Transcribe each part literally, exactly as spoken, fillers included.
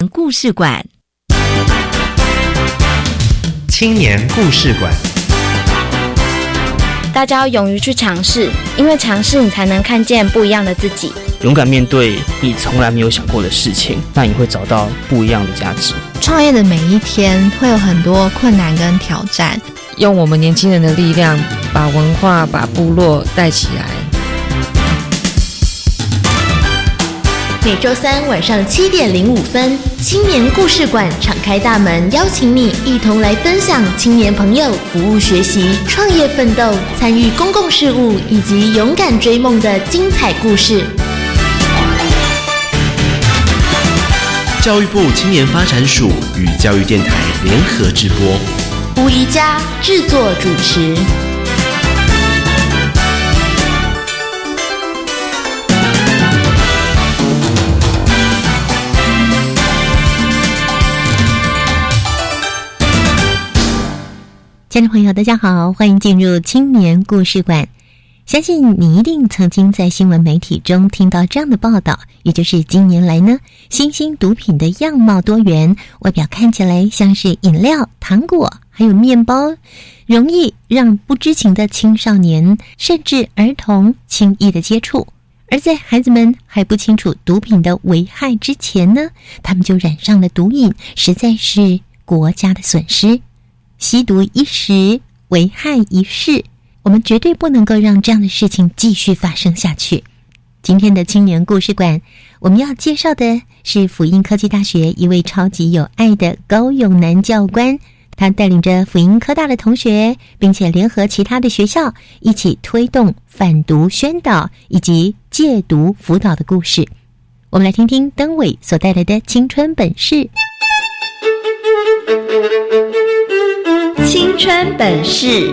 故事馆。 青年故事馆， 大家要勇于去尝试，因为尝试你才能看见不一样的自己。 勇敢面对你从来没有想过的事情，那你会找到不一样的价值。 创业的每一天会有很多困难跟挑战， 用我们年轻人的力量，把文化、把部落带起来。 每周三晚上七点零五分，青年故事馆敞开大门，邀请你一同来分享青年朋友服务学习、创业奋斗、参与公共事务以及勇敢追梦的精彩故事。 教育部青年发展署与教育电台联合制播， 吴怡佳制作主持。 亲爱的朋友大家好，欢迎进入青年故事馆。相信你一定曾经在新闻媒体中听到这样的报道，也就是近年来呢，新兴毒品的样貌多元，外表看起来像是饮料、糖果还有面包，容易让不知情的青少年甚至儿童轻易的接触。而在孩子们还不清楚毒品的危害之前呢，他们就染上了毒瘾，实在是国家的损失。吸毒一时，危害一世，我们绝对不能够让这样的事情继续发生下去。今天的青年故事馆，我们要介绍的是辅英科技大学一位超级有爱的高永南教官，他带领着辅英科大的同学，并且联合其他的学校一起推动反毒宣导以及戒毒辅导的故事。我们来听听登伟所带来的青春本事。 青春本事，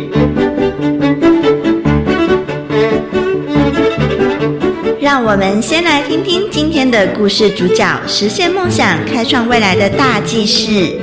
让我们先来听听今天的故事主角实现梦想、开创未来的大纪事。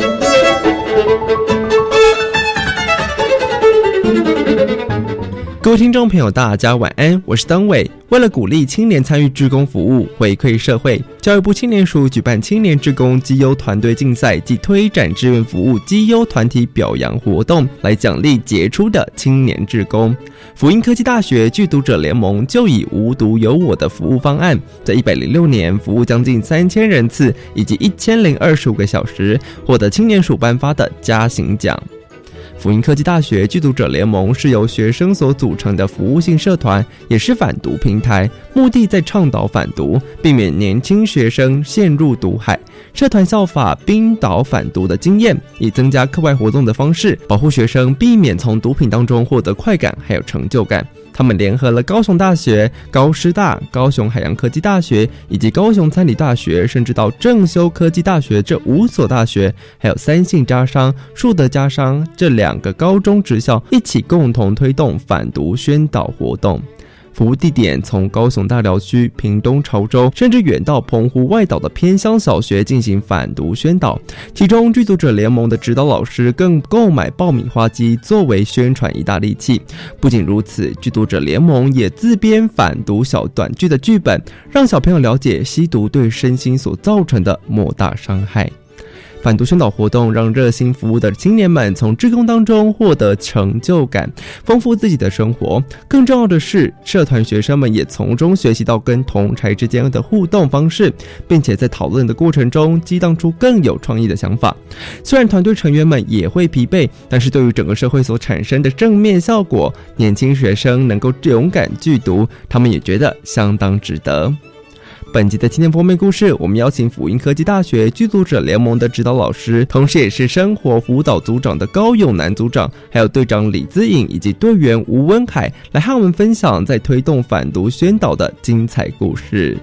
各位听众朋友大家晚安，我是登伟。为了鼓励青年参与志工服务，回馈社会，教育部青年署举办青年志工绩优团队竞赛及推展志愿服务绩优团体表扬活动，来奖励杰出的青年志工。辅英科技大学拒毒者联盟就以无毒有我的服务方案，在一百零六年服务将近三千人次以及一千零二十五个小时，获得青年署颁发的嘉行奖。辅英科技大学拒毒者联盟是由学生所组成的服务性社团，也是反毒平台，目的在倡导反毒，避免年轻学生陷入毒海。社团效法冰岛反毒的经验，以增加课外活动的方式，保护学生避免从毒品当中获得快感还有成就感。他们联合了高雄大学、高师大、高雄海洋科技大学以及高雄餐旅大学，甚至到正修科技大学这五所大学，还有三信家商、树德家商这两个高中职校，一起共同推动反毒宣导活动。服务地点从高雄大寮区、屏东潮州，甚至远到澎湖外岛的偏乡小学进行反毒宣导。其中拒毒者联盟的指导老师更购买爆米花机作为宣传一大利器。不仅如此，拒毒者联盟也自编反毒小短剧的剧本，让小朋友了解吸毒对身心所造成的莫大伤害。反毒宣导活动让热心服务的青年们从志工当中获得成就感，丰富自己的生活。更重要的是，社团学生们也从中学习到跟同儕之间的互动方式，并且在讨论的过程中激荡出更有创意的想法。虽然团队成员们也会疲惫，但是对于整个社会所产生的正面效果，年轻学生能够勇敢拒毒，他们也觉得相当值得。本集的青年封面故事，我们邀请辅英科技大学拒毒者联盟的指导老师，同时也是生活辅导组长的高永南组长，还有队长李姿颖以及队员吴文凯，来和我们分享在推动反毒宣导的精彩故事。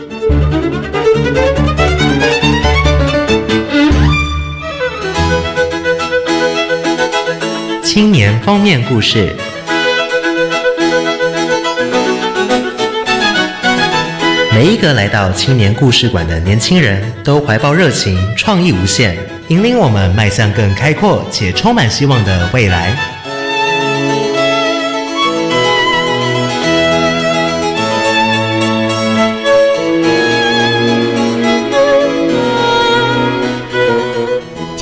青年封面故事。每一个来到青年故事馆的年轻人都怀抱热情，创意无限，引领我们迈向更开阔且充满希望的未来。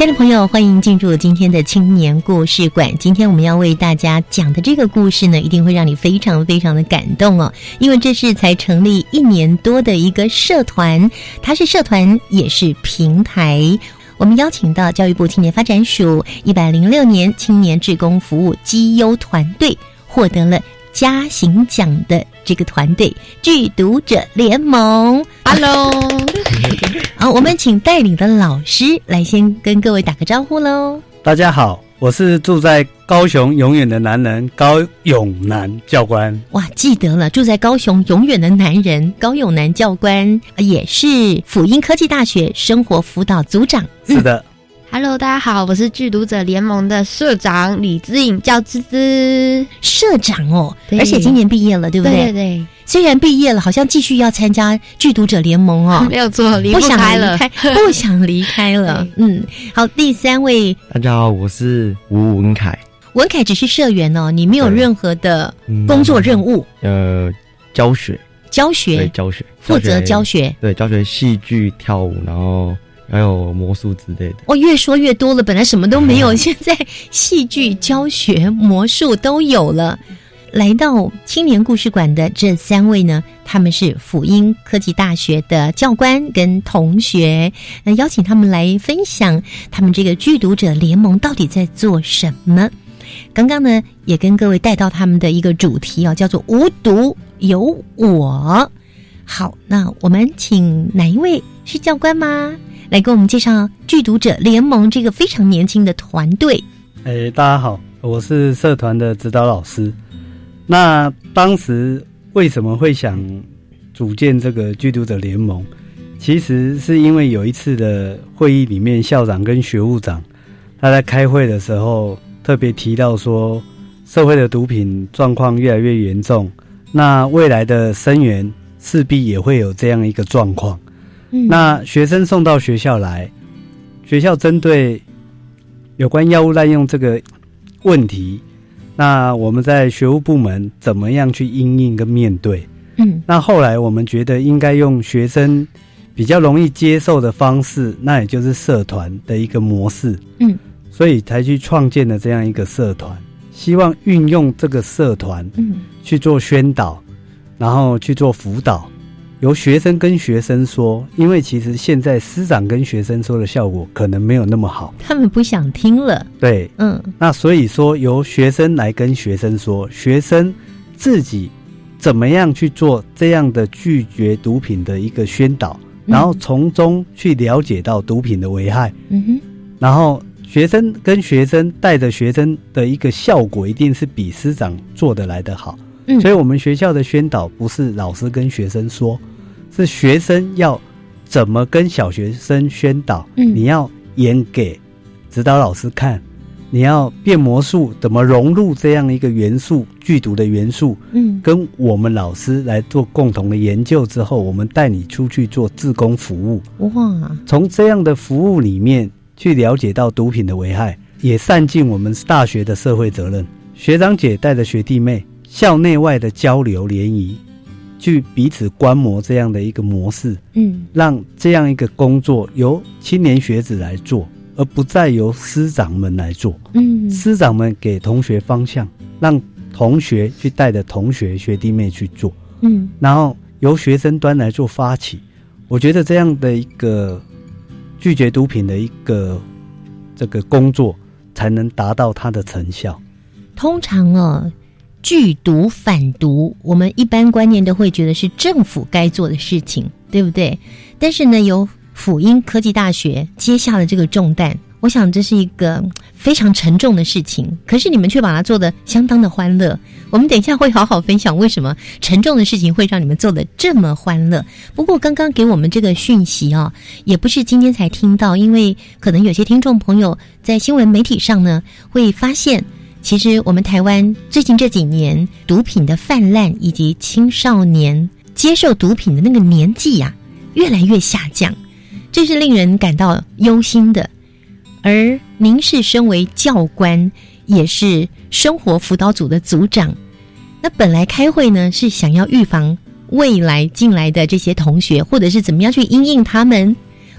亲爱的朋友，欢迎进入今天的青年故事馆。今天我们要为大家讲的这个故事呢，一定会让你非常非常的感动哦，因为这是才成立一年多的一个社团，它是社团也是平台。我们邀请到教育部青年发展署一百零六年青年志工服务绩优团队，获得了嘉行奖的这个团队剧读者联盟。 Hello 好，我们请带领的老师来先跟各位打个招呼咯。 大家好，我是住在高雄永远的男人高永南教官。 哇，记得了，住在高雄永远的男人高永南教官，也是辅英科技大学生活辅导组长。 是的、嗯 Hello， 大家好，我是剧读者联盟的社长李姿颖教芝芝。 社长哦，而且今年毕业了，对不对？对对对。虽然毕业了，好像继续要参加剧读者联盟哦。 没有错，离不开了， 不想离开了。嗯，好，第三位， 大家好，我是吴文凯。 文凯只是社员哦，你没有任何的工作任务。 呃，教学， 教学， 对，教学， 负责教学， 对，教学戏剧、跳舞，然后。还有魔术之类的哦，越说越多了。本来什么都没有，现在戏剧、教学、魔术都有了。来到青年故事馆的这三位呢，他们是辅英科技大学的教官跟同学，那邀请他们来分享他们这个剧读者联盟到底在做什么。刚刚呢，也跟各位带到他们的一个主题啊、哦，叫做无独有我。好，那我们请哪一位是教官吗？来给我们介绍剧读者联盟这个非常年轻的团队。 诶，大家好，我是社团的指导老师。那当时为什么会想组建这个剧读者联盟？其实是因为有一次的会议里面，校长跟学务长他在开会的时候特别提到说，社会的毒品状况越来越严重，那未来的生源势必也会有这样一个状况。那学生送到学校来，学校针对有关药物滥用这个问题，那我们在学务部门怎么样去因应跟面对？嗯，那后来我们觉得应该用学生比较容易接受的方式，那也就是社团的一个模式。嗯，所以才去创建了这样一个社团，希望运用这个社团，嗯，去做宣导，然后去做辅导。由学生跟学生说，因为其实现在师长跟学生说的效果可能没有那么好， 他们不想听了。对，嗯， 那所以说由学生来跟学生说，学生自己怎么样去做这样的拒绝毒品的一个宣导，然后从中去了解到毒品的危害。嗯哼，然后学生跟学生带着学生的一个效果，一定是比师长做得来得好。嗯，所以我们学校的宣导不是老师跟学生说，是学生要怎么跟小学生宣导。嗯，你要演给指导老师看，你要变魔术怎么融入这样一个元素，剧毒的元素。嗯，跟我们老师来做共同的研究之后，我们带你出去做志工服务。哇，从这样的服务里面去了解到毒品的危害，也善尽我们大学的社会责任。学长姐带着学弟妹校内外的交流联谊，去彼此观摩这样的一个模式，嗯，让这样一个工作由青年学子来做，而不再由师长们来做。嗯，师长们给同学方向，让同学去带着同学学弟妹去做。嗯，然后由学生端来做发起。我觉得这样的一个拒绝毒品的一个这个工作，才能达到它的成效。 通常哦，拒毒反毒，我们一般观念都会觉得是政府该做的事情，对不对？但是呢，由辅英科技大学接下了这个重担，我想这是一个非常沉重的事情，可是你们却把它做得相当的欢乐。我们等一下会好好分享为什么沉重的事情会让你们做得这么欢乐。不过刚刚给我们这个讯息啊、哦，也不是今天才听到，因为可能有些听众朋友在新闻媒体上呢会发现，其实我们台湾最近这几年毒品的泛滥，以及青少年接受毒品的那个年纪啊，越来越下降，这是令人感到忧心的。而您是身为教官，也是生活辅导组的组长，那本来开会呢是想要预防未来进来的这些同学，或者是怎么样去因应他们，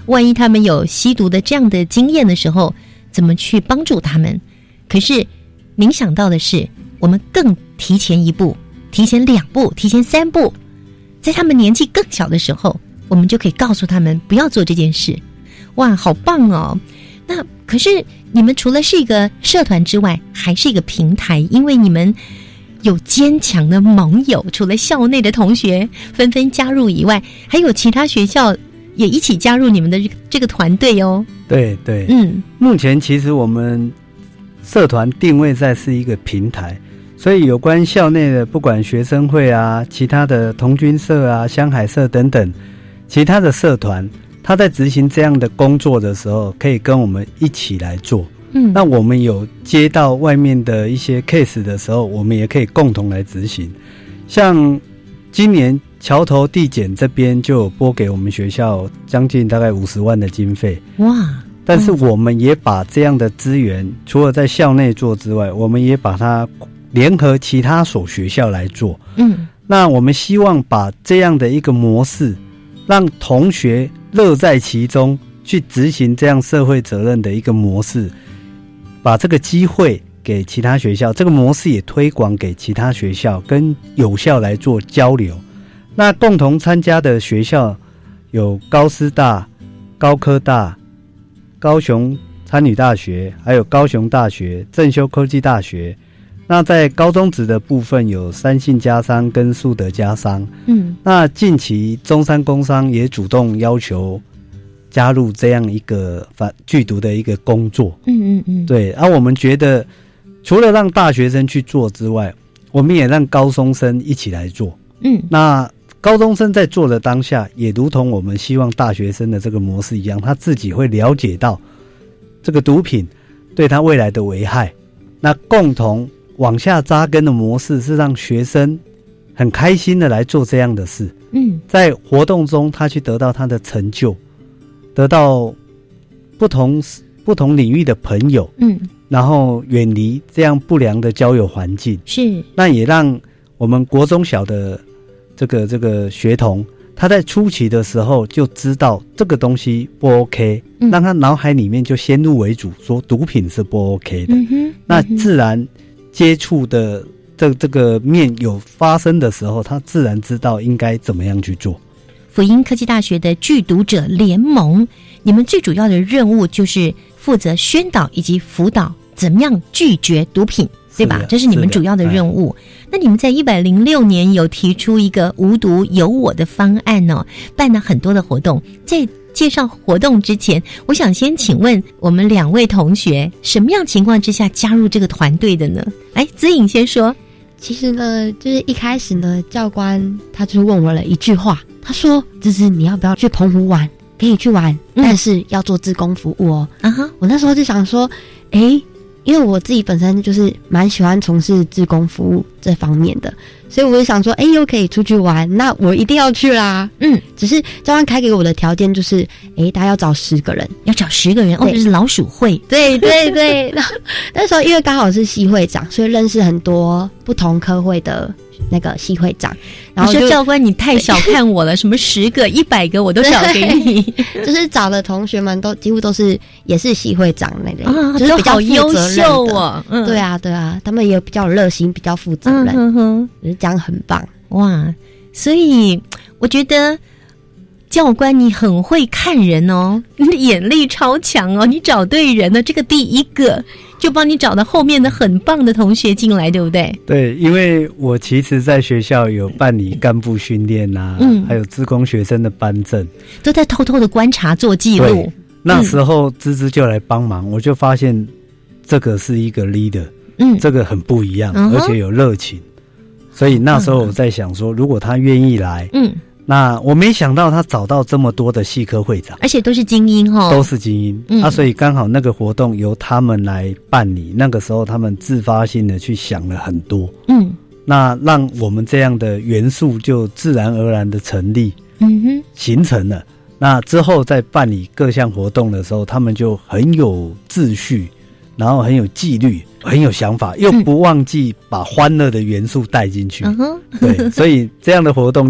万一他们有吸毒的这样的经验的时候，怎么去帮助他们？可是您想到的是，我们更提前一步，提前两步，提前三步，在他们年纪更小的时候，我们就可以告诉他们不要做这件事。哇，好棒哦！那可是你们除了是一个社团之外，还是一个平台，因为你们有坚强的盟友，除了校内的同学纷纷加入以外，还有其他学校也一起加入你们的这个团队哦。 对对， 嗯， 目前其实我们社团定位在是一个平台，所以有关校内的不管学生会啊、其他的童军社啊、乡海社等等其他的社团，他在执行这样的工作的时候，可以跟我们一起来做。嗯，那我们有接到外面的一些 case 的时候，我们也可以共同来执行。像今年桥头地检这边就有拨给我们学校将近大概五十万的经费。 哇！ 但是我们也把这样的资源，除了在校内做之外，我们也把它联合其他所学校来做。嗯，那我们希望把这样的一个模式，让同学乐在其中，去执行这样社会责任的一个模式，把这个机会给其他学校，这个模式也推广给其他学校，跟有校来做交流。那共同参加的学校有高师大、高科大、高雄参旅大学，还有高雄大学、正修科技大学。那在高中职的部分有三信家商跟树德家商。嗯，那近期中山工商也主动要求加入这样一个反剧毒的一个工作。嗯嗯嗯，对。而、啊、我们觉得，除了让大学生去做之外，我们也让高中生一起来做。嗯，那高中生在做的当下，也如同我们希望大学生的这个模式一样，他自己会了解到这个毒品对他未来的危害。那共同往下扎根的模式是让学生很开心的来做这样的事。嗯，在活动中他去得到他的成就，得到不同不同领域的朋友。嗯，然后远离这样不良的交友环境。是，那也让我们国中小的这个这个学童，他在初期的时候就知道这个东西不 OK，嗯，让他脑海里面就先入为主说毒品是不 OK 的。嗯哼，那自然接触的这这个面有发生的时候，他自然知道应该怎么样去做。 辅英科技大学的拒毒者联盟，你们最主要的任务就是负责宣导以及辅导怎么样拒绝毒品，对吧？这是你们主要的任务。那你们在一百零六年有提出一个无毒有我的方案哦，办了很多的活动。在介绍活动之前，我想先请问我们两位同学，什么样情况之下加入这个团队的呢？哎，姿颖先说。 其实呢，就是一开始呢，教官他就问我了一句话，他说：“芝芝，你要不要去澎湖玩？可以去玩，嗯，但是要做志工服务哦。”啊哈，我那时候就想说，诶，因为我自己本身就是蛮喜欢从事志工服务这方面的，所以我就想说，哎，又可以出去玩，那我一定要去啦。嗯，只是教官开给我的条件就是，哎，大家要找十个人， 要找十个人哦，这是老鼠会。 对对对，那时候因为刚好是系会长，所以认识很多不同科会的那个系会长。然后你说教官，你太小看我了，什么十个、一百个我都找给你， 就是找的同学们都几乎都是也是系会长那类， 啊， 就是比较优秀哦。 嗯，对啊对啊，他们也比较有热心，比较负责任，嗯哼，就是这样很棒哇。所以我觉得教官你很会看人哦，你的眼力超强哦，你找对人了，这个第一个就帮你找到后面的很棒的同学进来，对不对？ 对，因为我其实在学校有办理干部训练啊，嗯，还有志工学生的班政， 都在偷偷的观察做记录。 那时候芝芝就来帮忙，嗯，我就发现这个是一个 leader， 嗯，这个很不一样，嗯，而且有热情，所以那时候我在想说，如果他愿意来，嗯。那我没想到他找到这么多的系科会长， 而且都是精英哦， 都是精英，嗯，啊，所以刚好那个活动由他们来办理，那个时候他们自发性的去想了很多，嗯，那让我们这样的元素就自然而然的成立，嗯哼，形成了。那之后在办理各项活动的时候，他们就很有秩序，然后很有纪律，很有想法，又不忘记把欢乐的元素带进去，嗯哼，对，所以这样的活动就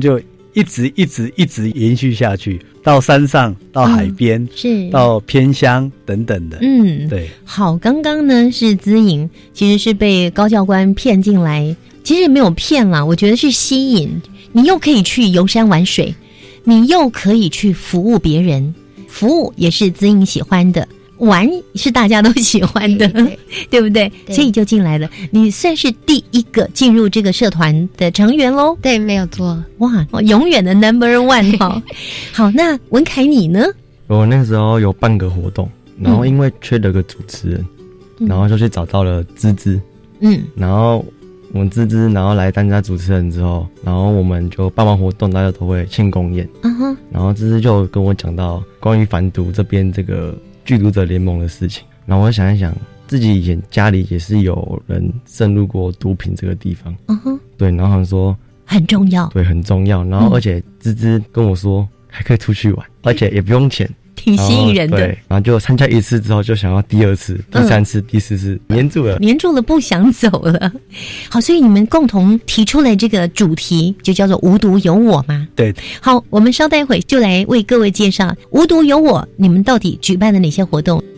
一直一直一直延续下去，到山上，到海边， 嗯、是到偏乡等等的。 嗯， 对。 好，刚刚呢是资颖，其实是被高教官骗进来，其实没有骗啦，我觉得是吸引。你又可以去游山玩水，你又可以去服务别人，服务也是资颖喜欢的。玩是大家都喜欢的， 对, 对, 对不 对, 对？所以就进来了。你算是第一个进入这个社团的成员咯。 对，没有错。 哇，永远的 number one 哈。好，那文凯你呢？ 我那时候有办个活动，然后因为缺了个主持人，嗯、然后就去找到了芝芝。嗯，然后我们芝芝，然后来当家主持人之后，然后我们就办完活动，大家都会庆功宴。嗯哼。然后芝芝就跟我讲到关于反毒这边这个剧毒者联盟的事情，然后我想一想，自己以前家里也是有人渗入过毒品这个地方，嗯哼，对，然后好像说很重要， 对，很重要，然后而且芝芝跟我说还可以出去玩，而且也不用钱， 挺吸引人的， 对，然后就参加一次之后就想要第二次、第三次、嗯、第四次，黏住了， 黏住了，不想走了。好，所以你们共同提出来这个主题，就叫做无毒有我吗？ 对。 好，我们稍待会就来为各位介绍无毒有我，你们到底举办了哪些活动？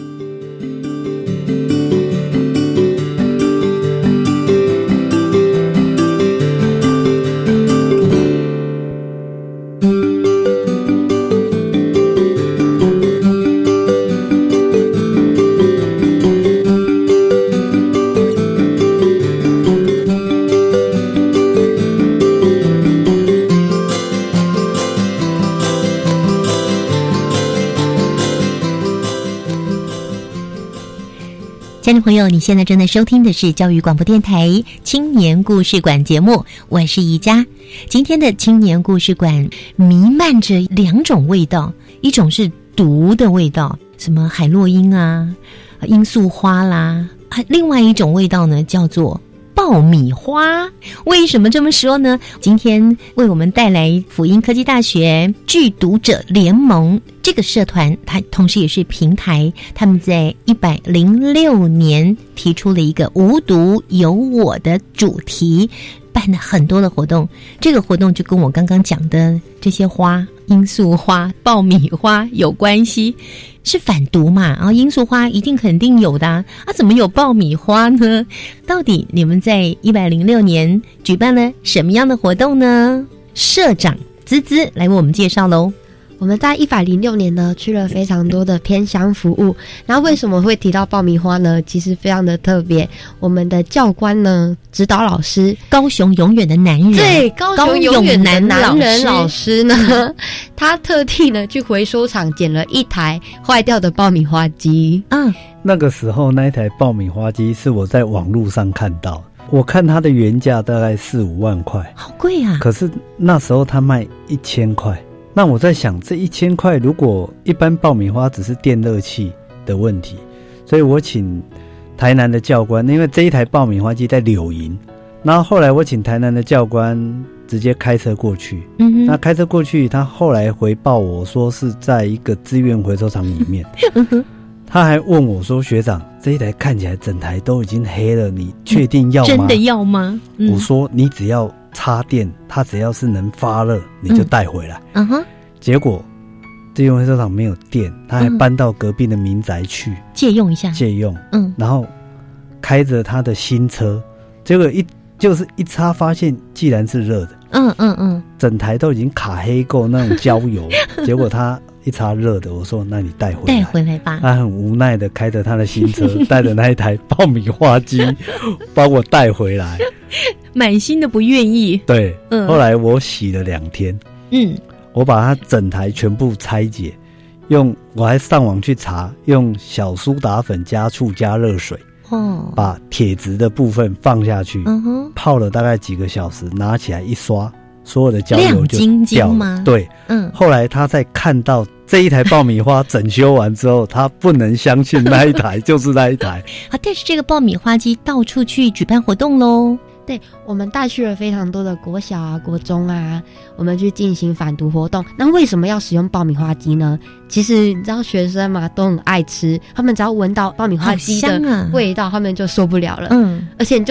亲爱的朋友，你现在正在收听的是教育广播电台青年故事馆节目，我是宜家。今天的青年故事馆弥漫着两种味道，一种是毒的味道，什么海洛因啊、罂粟花啦，另外一种味道呢叫做爆米花。为什么这么说呢？今天为我们带来辅英科技大学剧毒者联盟这个社团，它同时也是平台，他们在一百零六年提出了一个无毒有我的主题，办了很多的活动。这个活动就跟我刚刚讲的这些花，罂粟花、爆米花有关系，是反毒嘛，然后罂粟花一定肯定有的啊，啊怎么有爆米花呢？到底你们在一百零六年举办了什么样的活动呢？社长滋滋来为我们介绍喽。 我们在一百零六年呢去了非常多的偏乡服务，然后为什么会提到爆米花呢？其实非常的特别，我们的教官呢，指导老师， 高雄永远的男人， 对，高雄永远的男人老师呢，嗯、他特地呢去回收厂捡了一台坏掉的爆米花机。嗯， 那个时候那一台爆米花机是我在网络上看到，我看它的原价大概四五万块， 好贵啊！ 可是那时候它卖一千块。那我在想，这一千块如果一般爆米花只是电热器的问题，所以我请台南的教官，因为这一台爆米花机在柳营，然后后来我请台南的教官直接开车过去，嗯哼，那开车过去，他后来回报我说是在一个资源回收厂里面，嗯哼，他还问我说：“学长，这一台看起来整台都已经黑了，你确定要吗？” 真的要吗？ 嗯、我说：“你只要插电，它只要是能发热，你就带回来。”嗯哼。结果资源回收厂没有电，他还搬到隔壁的民宅去、嗯、 借用一下， 借用。嗯，然后开着他的新车，结果一就是一插，发现既然是热的。嗯嗯嗯，整台都已经卡黑垢那种焦油，结果他一插热的，我说那你带回来， 带回来吧。 他很无奈的开着他的新车，带着那一台爆米花机，帮我带回来， 满心的不愿意。 对，嗯，后来我洗了两天，嗯，我把它整台全部拆解，用我还上网去查，用小苏打粉加醋加热水。哦，把铁质的部分放下去，嗯哼，泡了大概几个小时，拿起来一刷，所有的焦油就掉了吗？对，嗯。后来他在看到这一台爆米花整修完之后，他不能相信那一台就是那一台。 啊，但是这个爆米花机到处去举办活动喽。 对，我们带去了非常多的国小啊、国中啊，我们去进行反毒活动。那为什么要使用爆米花机呢？其实你知道学生嘛，都很爱吃，他们只要闻到爆米花机的味道，啊、他们就受不了了。嗯，而且就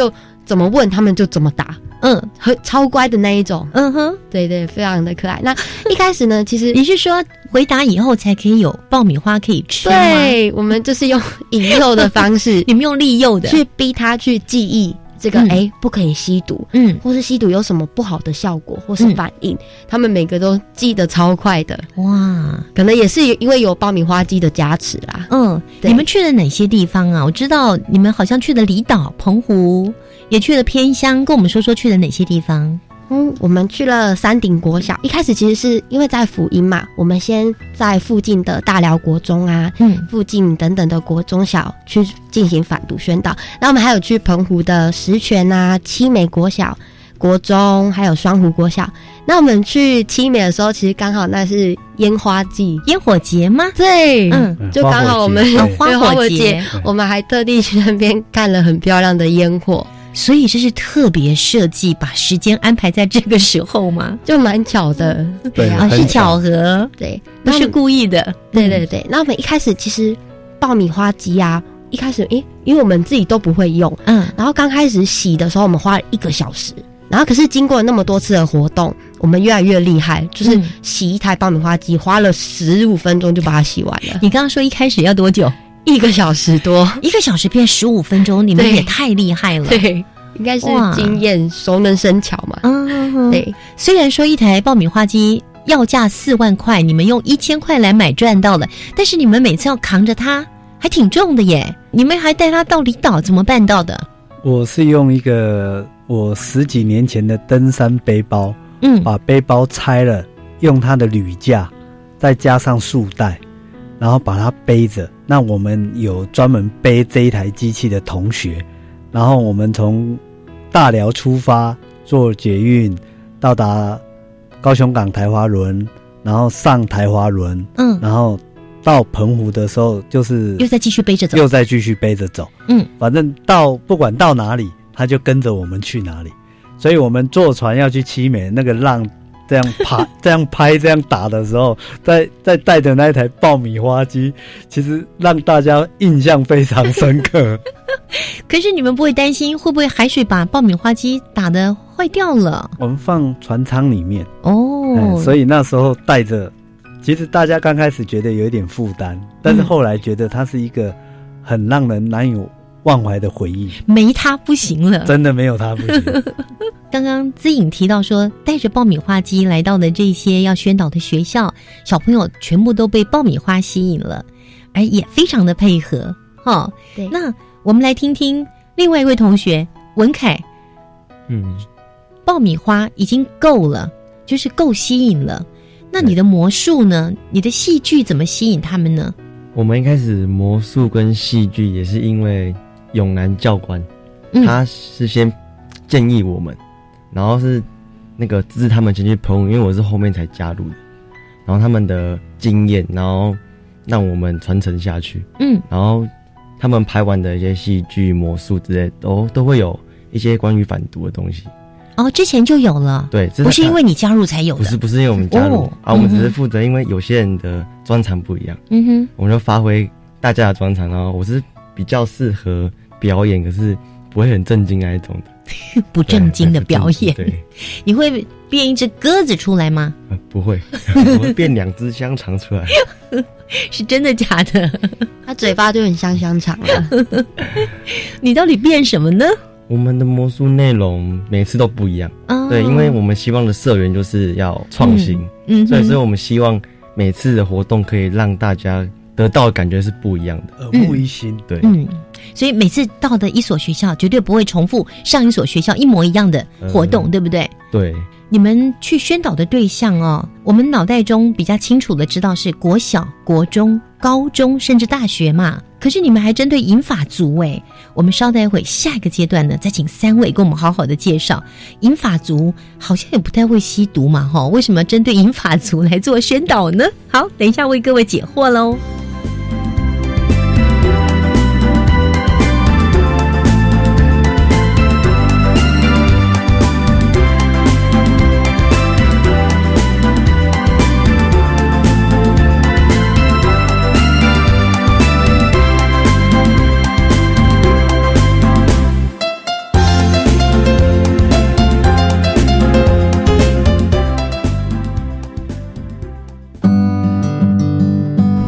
怎么问他们就怎么答，嗯，很超乖的那一种，嗯哼，对对，非常的可爱。那一开始呢，其实你是说回答以后才可以有爆米花可以吃吗？ 对，我们就是用引诱的方式， 你们用利诱的去逼他去记忆。这个哎、嗯欸，不可以吸毒，嗯，或是吸毒有什么不好的效果或是反应，嗯、他们每个都记得超快的，哇！可能也是因为有爆米花机的加持啦。 嗯，你们去了哪些地方啊？我知道你们好像去了离岛、澎湖，也去了偏乡，跟我们说说去了哪些地方。 嗯，我们去了山顶国小，一开始其实是因为在福音嘛，我们先在附近的大寮国中啊，嗯，附近等等的国中小去进行反毒宣导。那我们还有去澎湖的石泉啊、七美国小、国中，还有双湖国小。那我们去七美的时候，其实刚好那是烟花季、 烟火节吗？ 对，嗯，就刚好我们花火节， 我们还特地去那边看了很漂亮的烟火。 所以这是特别设计，把时间安排在这个时候吗？ 就蛮巧的， 对啊，是巧合， 对， 不是故意的。 对对对，那我们一开始其实爆米花机啊，一开始诶，因为我们自己都不会用，嗯，然后刚开始洗的时候，我们花了一个小时，然后可是经过那么多次的活动，我们越来越厉害，就是洗一台爆米花机花了十五分钟就把它洗完了。 你刚刚说一开始要多久？ 一个小时多， 一个小时变十五分钟，你们也太厉害了。 对，应该是经验熟能生巧嘛。嗯，对。 虽然说一台爆米花机要价四万块，你们用一千块来买赚到了，但是你们每次要扛着它，还挺重的耶。你们还带它到离岛，怎么办到的？ 我是用一个我十几年前的登山背包，嗯，把背包拆了，用它的铝架，再加上束带，然后把它背着。那我们有专门背这一台机器的同学，然后我们从大寮出发，坐捷运到达高雄港台华轮，然后上台华轮，嗯，然后到澎湖的时候，就是又再继续背着走， 又再继续背着走，嗯，反正到不管到哪里，他就跟着我们去哪里。所以我们坐船要去七美，那个浪这样拍、这样拍、这样打的时候，再再带着那一台爆米花机，其实让大家印象非常深刻。 可是你们不会担心会不会海水把爆米花机打得坏掉了？ 我们放船舱里面哦、嗯，所以那时候带着，其实大家刚开始觉得有一点负担，但是后来觉得它是一个很让人难以忘怀的回忆。 没它不行了， 真的没有它不行。 刚刚姿颖提到说，带着爆米花机来到的这些要宣导的学校，小朋友全部都被爆米花吸引了，而也非常的配合。哦，对，那我们来听听另外一位同学文凯。嗯，爆米花已经够了，就是够吸引了。那你的魔术呢？你的戏剧怎么吸引他们呢？ 我们一开始魔术跟戏剧也是因为永南教官，嗯、他是先建议我们。然后是那个支持他们前去澎湖，因为我是后面才加入的，然后他们的经验，然后让我们传承下去。嗯，然后他们拍完的一些戏剧、魔术之类，都都会有一些关于反毒的东西。 哦，之前就有了。 对， 不是因为你加入才有的。 不是，不是因为我们加入、哦、啊，我们只是负责，因为有些人的专长不一样。嗯哼，我们就发挥大家的专长，然后我是比较适合表演，可是不会很正经那一种的。 不正经的表演， 对， 你会变一只鸽子出来吗？ 呃、不会，我会变两只香肠出来。 是真的假的？ 他嘴巴就很像香肠了。 你到底变什么呢？ 我们的魔术内容每次都不一样，哦、对，因为我们希望的社员就是要创新，嗯，嗯所以所以我们希望每次的活动可以让大家得到的感觉是不一样的， 耳目一新， 嗯、对， 嗯。所以每次到的一所学校绝对不会重复上一所学校一模一样的活动、呃、对不对？ 对。 你们去宣导的对象哦，我们脑袋中比较清楚的知道是国小、国中、高中甚至大学嘛，可是你们还针对银发族诶，我们稍待会下一个阶段呢，再请三位跟我们好好的介绍。银发族好像也不太会吸毒嘛齁，为什么针对银发族来做宣导呢？好，等一下为各位解惑咯。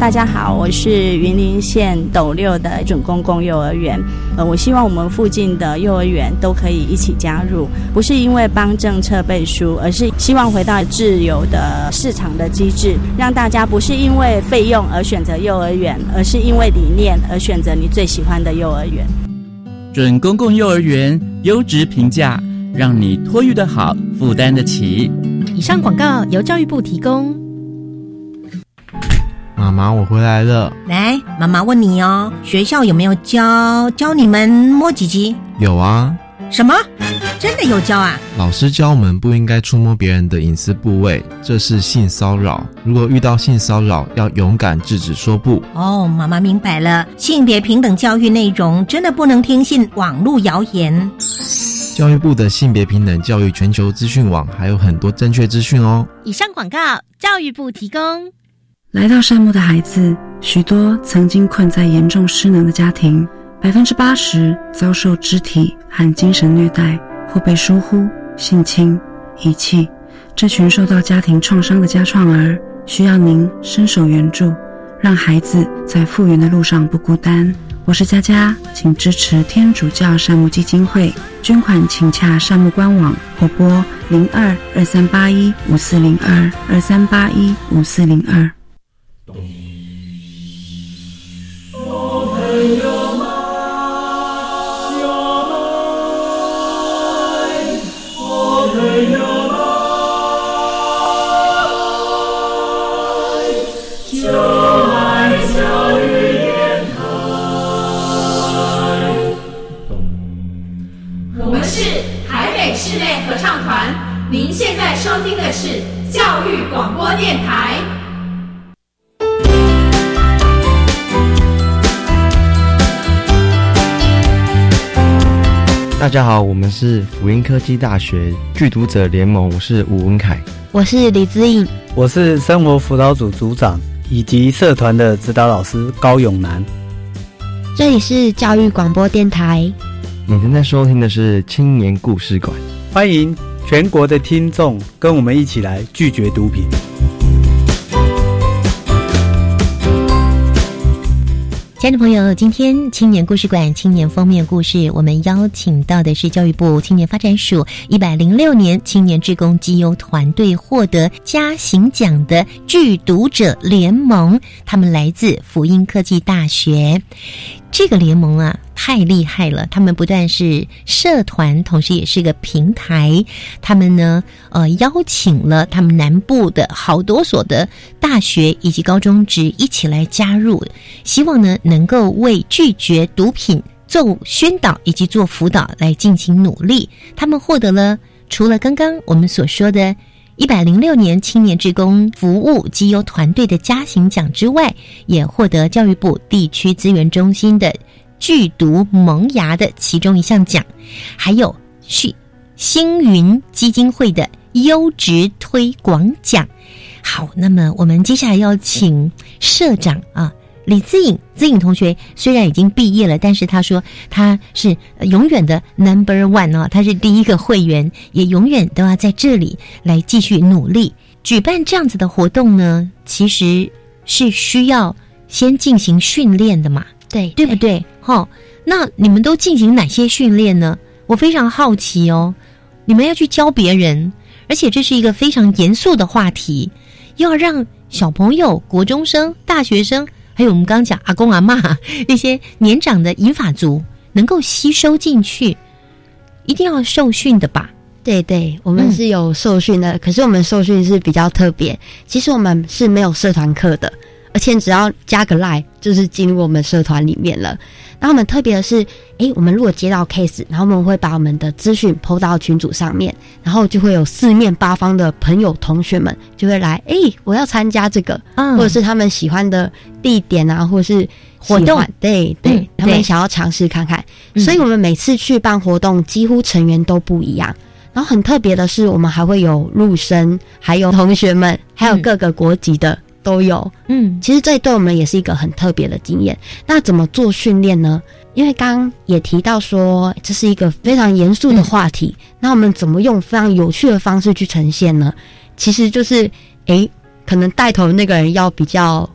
大家好，我是云林县斗六的准公共幼儿园。呃，我希望我们附近的幼儿园都可以一起加入，不是因为帮政策背书，而是希望回到自由的市场的机制，让大家不是因为费用而选择幼儿园，而是因为理念而选择你最喜欢的幼儿园。 准公共幼儿园优质评价，让你托育得好，负担得起。 以上广告由教育部提供。 妈妈，我回来了。 来，妈妈问你哦，学校有没有教教你们摸鸡鸡？ 有啊。 什么？真的有教啊？ 老师教我们不应该触摸别人的隐私部位，这是性骚扰。如果遇到性骚扰，要勇敢制止说不。 哦，妈妈明白了。性别平等教育内容真的不能听信网络谣言。 教育部的性别平等教育全球资讯网还有很多正确资讯哦。 以上广告教育部提供。 来到山姆的孩子，许多曾经困在严重失能的家庭，百分之八十遭受肢体和精神虐待，或被疏忽、性侵、遗弃。这群受到家庭创伤的家创儿，需要您伸手援助，让孩子在复原的路上不孤单。我是佳佳，请支持天主教善牧基金会，捐款请洽善牧官网或拨零二二三八一五四零二二三八一五四零二。 我们是台北室内合唱团，您现在收听的是教育广播电台。 大家好，我们是辅英科技大学剧读者联盟，我是吴文凯， 我是李姿颖， 我是生活辅导组组长以及社团的指导老师高永南。 这里是教育广播电台， 你正在收听的是青年故事馆， 欢迎全国的听众跟我们一起来拒绝毒品。 亲爱的朋友，今天青年故事馆青年封面故事，我们邀请到的是教育部青年发展署一百零六年青年志工绩优团队获得嘉行奖的剧读者联盟，他们来自辅英科技大学。这个联盟啊太厉害了，他们不但是社团，同时也是个平台。他们呢呃邀请了他们南部的好多所的大学以及高中职一起来加入，希望呢能够为拒绝毒品做宣导以及做辅导来进行努力。他们获得了除了刚刚我们所说的一百零六年青年志工服务绩优团队的嘉行奖之外，也获得教育部地区资源中心的剧读萌芽的其中一项奖，还有是星云基金会的优质推广奖。好，那么我们接下来要请社长啊李姿颖，姿颖同学虽然已经毕业了，但是他说他是永远的 number one 哦，他是第一个会员，也永远都要在这里来继续努力。举办这样子的活动呢，其实是需要先进行训练的嘛， 对对不对？齁，那你们都进行哪些训练呢？我非常好奇哦。你们要去教别人，而且这是一个非常严肃的话题，要让小朋友、国中生、大学生，还有我们刚刚讲阿公阿嬷那些年长的银发族能够吸收进去，一定要受训的吧？ 对对，我们是有受训的、嗯、可是我们受训是比较特别，其实我们是没有社团课的，而且只要加个 line 就是进入我们社团里面了。然后我们特别的是，诶，我们如果接到 case， 然后我们会把我们的资讯 po 到群组上面，然后就会有四面八方的朋友同学们就会来，诶，我要参加这个、嗯、或者是他们喜欢的地点啊，或者是活动，对对、嗯、他们想要尝试看看、嗯、所以我们每次去办活动几乎成员都不一样。然后很特别的是，我们还会有陆生，还有同学们，还有各个国籍的、嗯、都有。嗯，其实这对我们也是一个很特别的经验。那怎么做训练呢？因为刚刚也提到说这是一个非常严肃的话题、嗯、那我们怎么用非常有趣的方式去呈现呢？其实就是诶可能带头的那个人要比较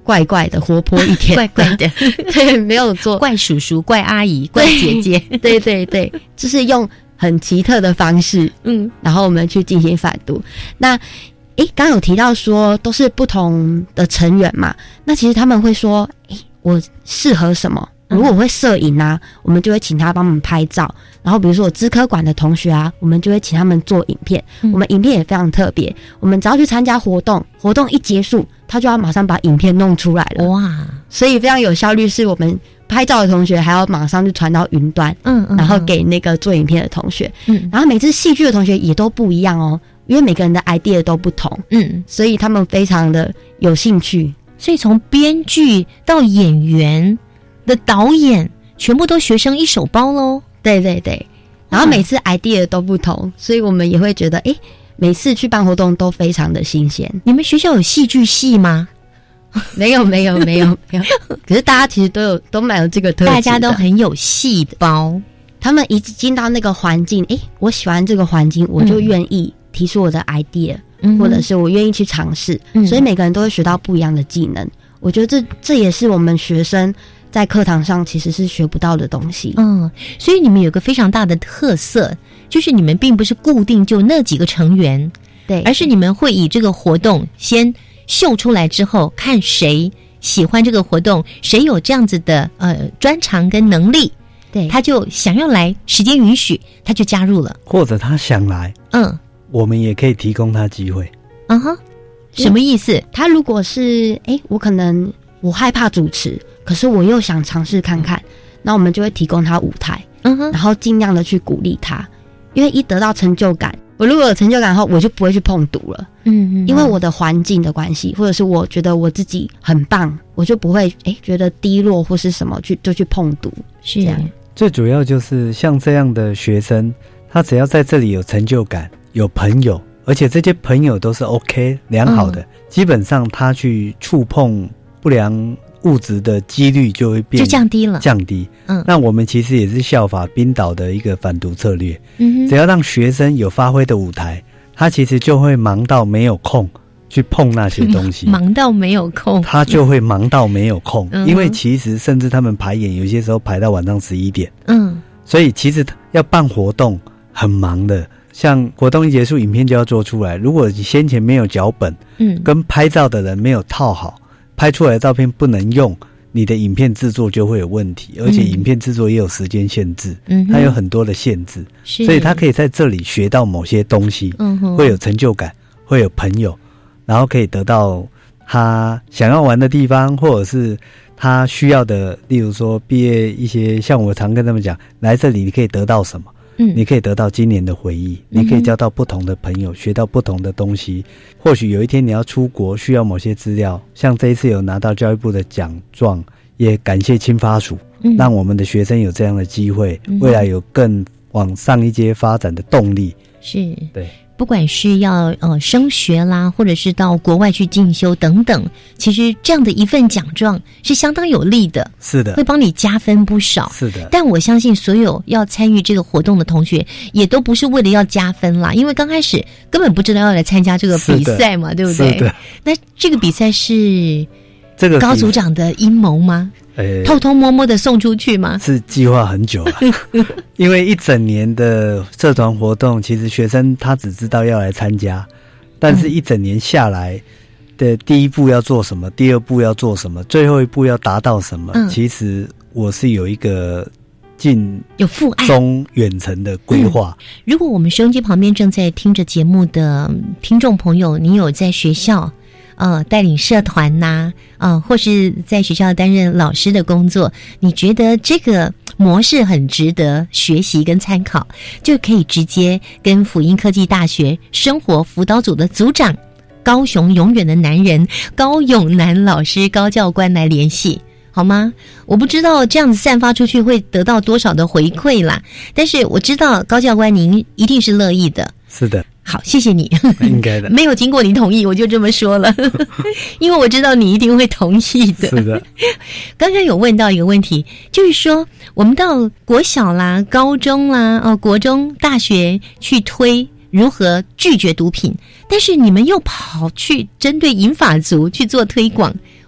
怪怪的，活泼一点， 怪怪的， 对，没有做怪叔叔、怪阿姨、怪姐姐， 对对对，就是用很奇特的方式，嗯，然后我们去进行反毒。那诶，刚刚有提到说都是不同的成员嘛，那其实他们会说，诶，我适合什么？如果我会摄影啊，我们就会请他帮我们拍照。然后比如说我资科馆的同学啊，我们就会请他们做影片。嗯、我们影片也非常特别，我们只要去参加活动，活动一结束，他就要马上把影片弄出来了。哇，所以非常有效率，是我们拍照的同学还要马上就传到云端，嗯嗯，然后给那个做影片的同学。嗯，然后每次戏剧的同学也都不一样哦，因为每个人的 idea 都不同。嗯，所以他们非常的有兴趣。 所以从编剧到演员的导演全部都学生一手包咯。 对对对，然后每次 idea 都不同，所以我们也会觉得诶，每次去办活动都非常的新鲜。 你们学校有戏剧系吗？ 没有没有没有没有，可是大家其实都有都蛮有这个特质的， 大家都很有戏包。 他们一进到那个环境，诶，我喜欢这个环境，我就愿意提出我的 idea，嗯、或者是我愿意去尝试，嗯、所以每个人都会学到不一样的技能。我觉得这这也是我们学生在课堂上其实是学不到的东西。 嗯，所以你们有个非常大的特色，就是你们并不是固定就那几个成员， 对， 而是你们会以这个活动先秀出来之后，看谁喜欢这个活动，谁有这样子的呃专长跟能力， 对， 他就想要来，时间允许，他就加入了， 或者他想来， 嗯， 我们也可以提供他机会。 嗯哼，什么意思？ 他如果是诶，我可能我害怕主持，可是我又想尝试看看，那我们就会提供他舞台，嗯哼，然后尽量的去鼓励他，因为一得到成就感，我如果有成就感后，我就不会去碰毒了，嗯嗯，因为我的环境的关系，或者是我觉得我自己很棒，我就不会诶觉得低落或是什么去就去碰毒， 是这样。 最主要就是像这样的学生，他只要在这里有成就感，有朋友，而且这些朋友都是 OK 良好的，嗯、基本上他去触碰不良物质的几率就会变就降低了， 降低。嗯，那我们其实也是效法冰岛的一个反毒策略。嗯，只要让学生有发挥的舞台，他其实就会忙到没有空去碰那些东西， 忙到没有空， 他就会忙到没有空。嗯、因为其实甚至他们排演，有些时候排到晚上十一点。嗯，所以其实要办活动很忙的。像活动一结束，影片就要做出来。如果你先前没有脚本，嗯，跟拍照的人没有套好，拍出来的照片不能用，你的影片制作就会有问题。而且影片制作也有时间限制，嗯，它有很多的限制，所以他可以在这里学到某些东西，嗯，会有成就感，会有朋友，然后可以得到他想要玩的地方，或者是他需要的，例如说毕业一些，像我常跟他们讲，来这里你可以得到什么。嗯，你可以得到今年的回忆，你可以交到不同的朋友，学到不同的东西。或许有一天你要出国，需要某些资料，像这一次有拿到教育部的奖状，也感谢青发署，嗯、让我们的学生有这样的机会，嗯、未来有更往上一阶发展的动力。 是， 对。 不管是要呃升学啦，或者是到国外去进修等等，其实这样的一份奖状是相当有利的， 是的， 会帮你加分不少， 是的。但我相信所有要参与这个活动的同学，也都不是为了要加分啦，因为刚开始根本不知道要来参加这个比赛嘛，对不对？ 是的。 那这个比赛是这个高组长的阴谋吗？ 呃， 偷偷摸摸的送出去吗？ 是计划很久了，因为一整年的社团活动，其实学生他只知道要来参加，但是一整年下来的第一步要做什么，第二步要做什么，最后一步要达到什么，嗯、其实我是有一个近有父爱中远程的规划、 嗯。如果我们收音机旁边正在听着节目的听众朋友，你有在学校呃，带领社团呐、啊，呃，或是在学校担任老师的工作，你觉得这个模式很值得学习跟参考，就可以直接跟辅英科技大学生活辅导组的组长高雄永远的男人高永南老师高教官来联系。好吗？我不知道这样子散发出去会得到多少的回馈啦，但是我知道高教官您一定是乐意的。 是的。 好，谢谢你。 应该的。 没有经过你同意，我就这么说了，因为我知道你一定会同意的。 是的。 刚刚有问到一个问题，就是说我们到国小啦、高中啦、哦、国中、大学去推如何拒绝毒品，但是你们又跑去针对银发族去做推广。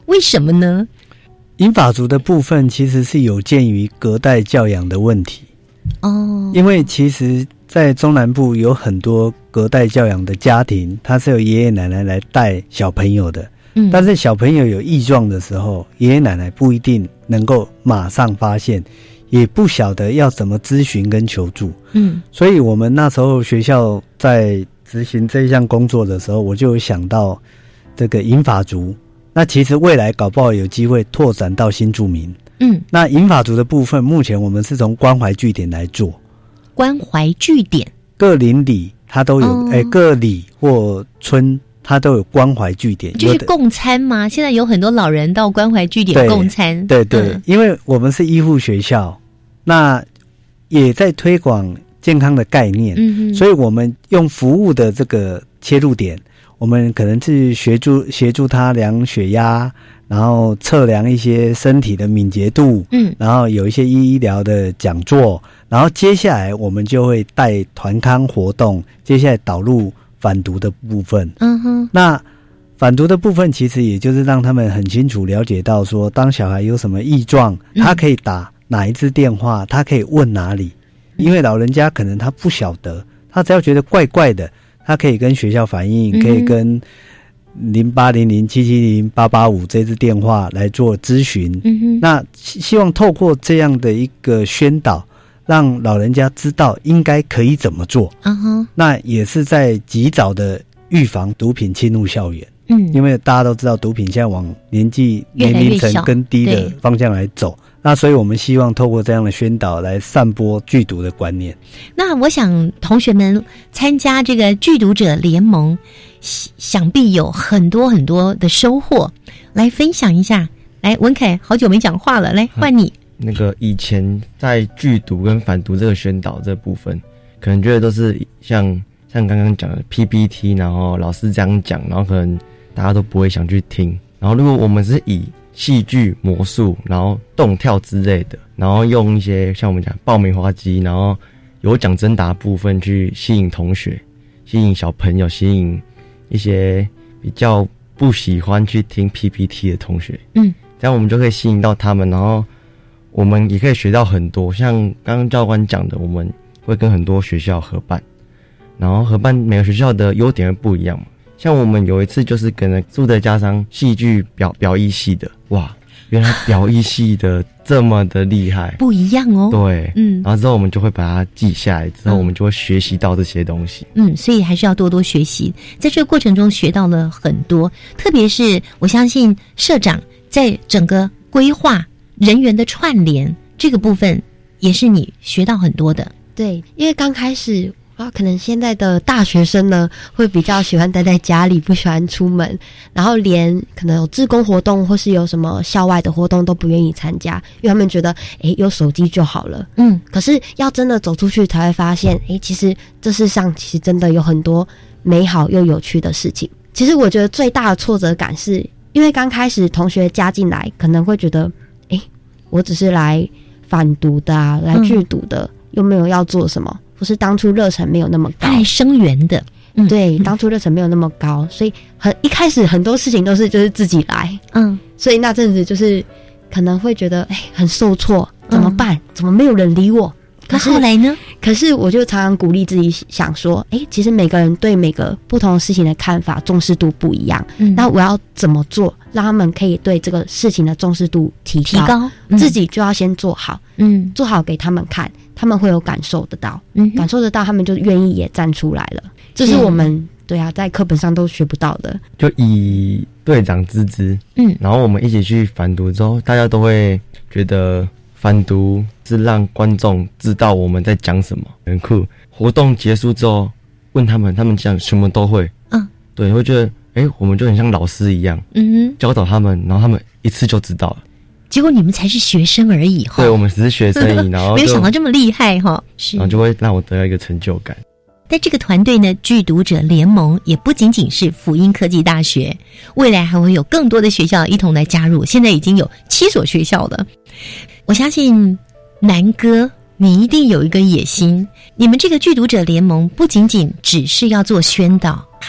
为什么呢？ 银发族的部分其实是有鉴于隔代教养的问题哦， 因为其实在中南部有很多隔代教养的家庭，他是由爷爷奶奶来带小朋友的，嗯，但是小朋友有异状的时候，爷爷奶奶不一定能够马上发现，也不晓得要怎么咨询跟求助，嗯，所以我们那时候学校在执行这一项工作的时候，我就有想到这个银发族。那其实未来搞不好有机会拓展到新住民。嗯，那银发族的部分，目前我们是从关怀据点来做。 关怀据点， 各邻里它都有，哎、哦欸，各里或村它都有关怀据点。 就是共餐吗？现在有很多老人到关怀据点共餐。 对对、对、嗯，因为我们是医护学校，那也在推广健康的概念，嗯，所以我们用服务的这个切入点。我们可能是协助协助他量血压，然后测量一些身体的敏捷度，嗯，然后有一些医疗的讲座，然后接下来我们就会带团康活动，接下来导入反毒的部分，嗯哼，那反毒的部分其实也就是让他们很清楚了解到说，当小孩有什么异状，他可以打哪一支电话，他可以问哪里，因为老人家可能他不晓得，他只要觉得怪怪的。他可以跟学校反映，可以跟零八零零七七零八八五这支电话来做咨询。嗯，那希望透过这样的一个宣导，让老人家知道应该可以怎么做。嗯哼，那也是在及早的预防毒品侵入校园。嗯，因为大家都知道毒品现在往年纪年龄层更低的方向来走。那所以我们希望透过这样的宣导来散播拒毒的观念。 那我想同学们参加这个拒毒者联盟，想必有很多很多的收获，来分享一下。来，文凯，好久没讲话了，来换你。 那个以前在拒毒跟反毒这个宣导这部分，可能觉得都是像像刚刚讲的 P P T， 然后老师这样讲，然后可能大家都不会想去听。然后如果我们是以戏剧、魔术，然后动跳之类的，然后用一些像我们讲爆米花机，然后有奖征答部分去吸引同学、吸引小朋友、吸引一些比较不喜欢去听 P P T 的同学，嗯，这样我们就可以吸引到他们，然后我们也可以学到很多。像刚刚教官讲的，我们会跟很多学校合办，然后合办每个学校的优点会不一样嘛。像我们有一次就是跟住在加上戏剧表表艺系的，哇，原来表艺系的这么的厉害， 不一样哦。 对，嗯，然后之后我们就会把它记下来，之后我们就会学习到这些东西。 嗯，所以还是要多多学习，在这个过程中学到了很多，特别是我相信社长在整个规划人员的串联这个部分，也是你学到很多的。 对，因为刚开始。啊，可能现在的大学生呢，会比较喜欢待在家里，不喜欢出门，然后连可能有志工活动或是有什么校外的活动都不愿意参加，因为他们觉得，诶，有手机就好了。嗯，可是要真的走出去，才会发现，诶，其实这世上其实真的有很多美好又有趣的事情。其实我觉得最大的挫折感是，因为刚开始同学加进来，可能会觉得，诶，我只是来反毒的啊，来拒毒的，嗯、又没有要做什么。不是当初热忱没有那么高， 他来声援的，嗯、 对，当初热忱没有那么高，所以很一开始很多事情都是就是自己来，嗯，所以那阵子就是可能会觉得哎很受挫，怎么办？嗯、怎么没有人理我？ 可是后来呢？ 可是我就常常鼓励自己想说，哎，其实每个人对每个不同的事情的看法、重视度不一样。嗯，那我要怎么做，让他们可以对这个事情的重视度提高？提高，嗯、自己就要先做好，嗯，做好给他们看，他们会有感受得到，嗯，感受得到，他们就愿意也站出来了。这是我们对啊，在课本上都学不到的。 就以队长之姿，嗯，然后我们一起去反毒之后，大家都会觉得。反毒是让观众知道我们在讲什么，很酷。活动结束之后，问他们，他们讲什么都会。嗯，对，会觉得，哎、欸，我们就很像老师一样，嗯哼，教导他们，然后他们一次就知道了。 结果你们才是学生而已， 对，我们只是学生而已，然后没有想到这么厉害哈， 是，然后就会让我得到一个成就感。 在这个团队呢，拒毒者联盟也不仅仅是辅英科技大学，未来还会有更多的学校一同来加入，现在已经有七所学校了。我相信南哥你一定有一个野心，你们这个拒毒者联盟不仅仅只是要做宣导，还有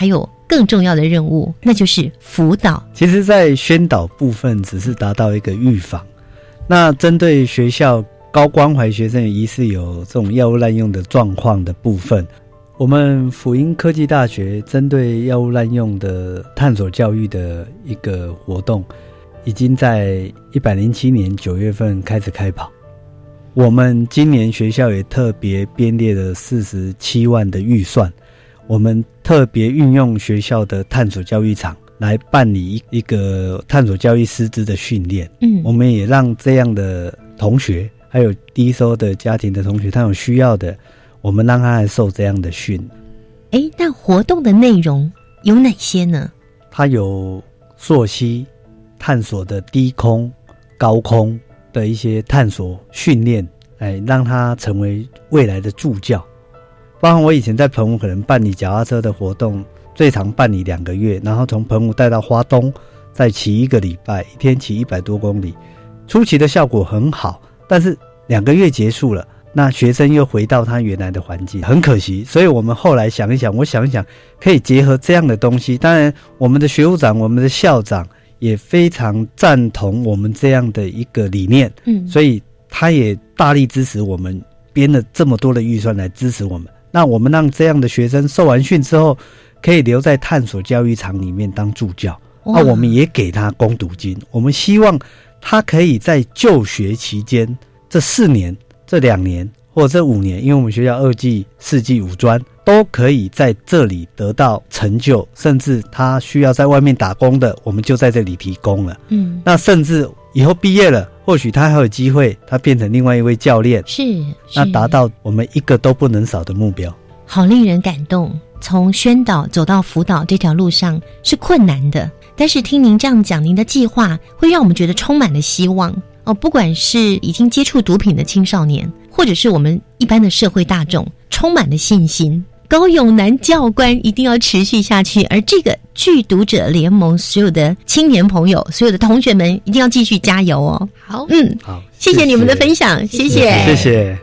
更重要的任务，那就是辅导。 其实在宣导部分只是达到一个预防，那针对学校高关怀学生疑似有这种药物滥用的状况的部分，我们辅英科技大学针对药物滥用的探索教育的一个活动，已经在一百零七年九月份开始开跑。我们今年学校也特别编列了四十七万的预算，我们特别运用学校的探索教育场来办理一个探索教育师资的训练。嗯，我们也让这样的同学还有低收的家庭的同学，他有需要的，我们让他来受这样的训。 诶，那活动的内容有哪些呢？ 它有溯溪探索的低空高空的一些探索训练，哎，让他成为未来的助教。包含我以前在澎湖可能办理脚踏车的活动，最长办理两个月，然后从澎湖带到花东，再骑一个礼拜，一天骑一百多公里，初期的效果很好，但是两个月结束了，那学生又回到他原来的环境，很可惜。所以我们后来想一想，我想一想，可以结合这样的东西。当然，我们的学务长、我们的校长也非常赞同我们这样的一个理念，嗯，所以他也大力支持我们，编了这么多的预算来支持我们。那我们让这样的学生受完训之后，可以留在探索教育场里面当助教，那我们也给他工读金。我们希望他可以在就学期间这四年、这两年或者这五年，因为我们学校二技、四技、五专都可以在这里得到成就，甚至他需要在外面打工的，我们就在这里提供了。嗯，那甚至以后毕业了，或许他还有机会，他变成另外一位教练， 是， 那达到我们一个都不能少的目标。 好令人感动。从宣导走到辅导这条路上是困难的，但是听您这样讲，您的计划会让我们觉得充满了希望哦。不管是已经接触毒品的青少年，或者是我们一般的社会大众，充满了信心。高永南教官一定要持续下去，而这个拒毒者联盟所有的青年朋友、所有的同学们一定要继续加油哦。 好， 嗯， 好， 谢谢你们的分享，谢谢， 谢谢。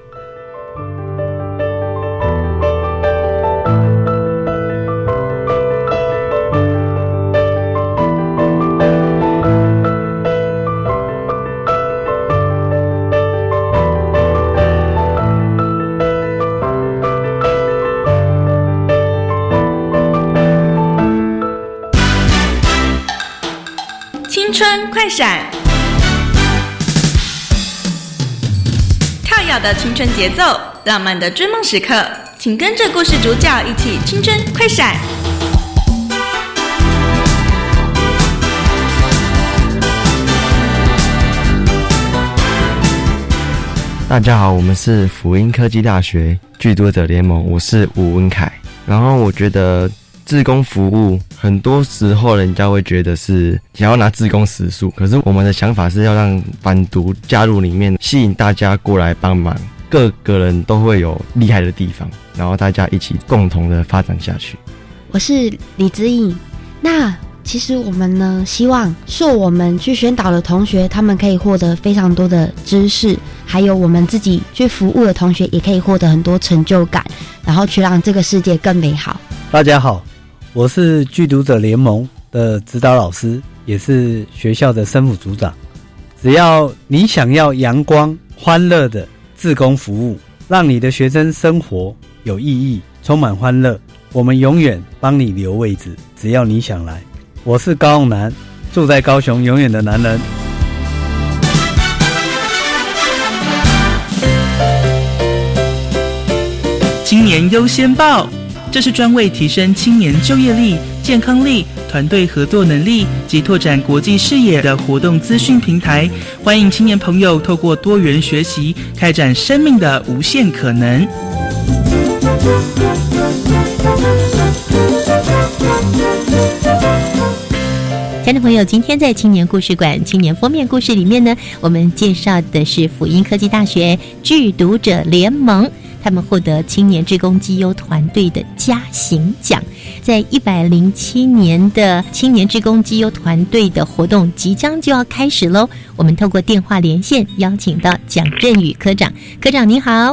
青春快闪，跳跃的青春节奏，浪漫的追梦时刻，请跟着故事主角一起青春快闪。 大家好，我们是辅英科技大学拒毒者联盟，我是吴文凯。然后我觉得志工服务很多时候人家会觉得是想要拿志工时数，可是我们的想法是要让反毒加入里面，吸引大家过来帮忙，各个人都会有厉害的地方，然后大家一起共同的发展下去。 我是李子颖。那其实我们呢，希望受我们去宣导的同学，他们可以获得非常多的知识，还有我们自己去服务的同学也可以获得很多成就感，然后去让这个世界更美好。 大家好，我是拒毒者联盟的指导老师，也是学校的生辅组长。只要你想要阳光欢乐的志工服务，让你的学生生活有意义，充满欢乐，我们永远帮你留位置，只要你想来。我是高永南，住在高雄永远的男人。 青年优先报，这是专为提升青年就业力、健康力、团队合作能力及拓展国际视野的活动资讯平台，欢迎青年朋友透过多元学习，开展生命的无限可能。 亲爱的朋友，今天在青年故事馆青年封面故事里面呢，我们介绍的是辅英科技大学拒毒者联盟，他们获得青年志工绩优团队的嘉行奖。在一百零七年的青年志工绩优团队的活动即将就要开始喽，我们透过电话连线邀请到蒋振宇科长。科长您好。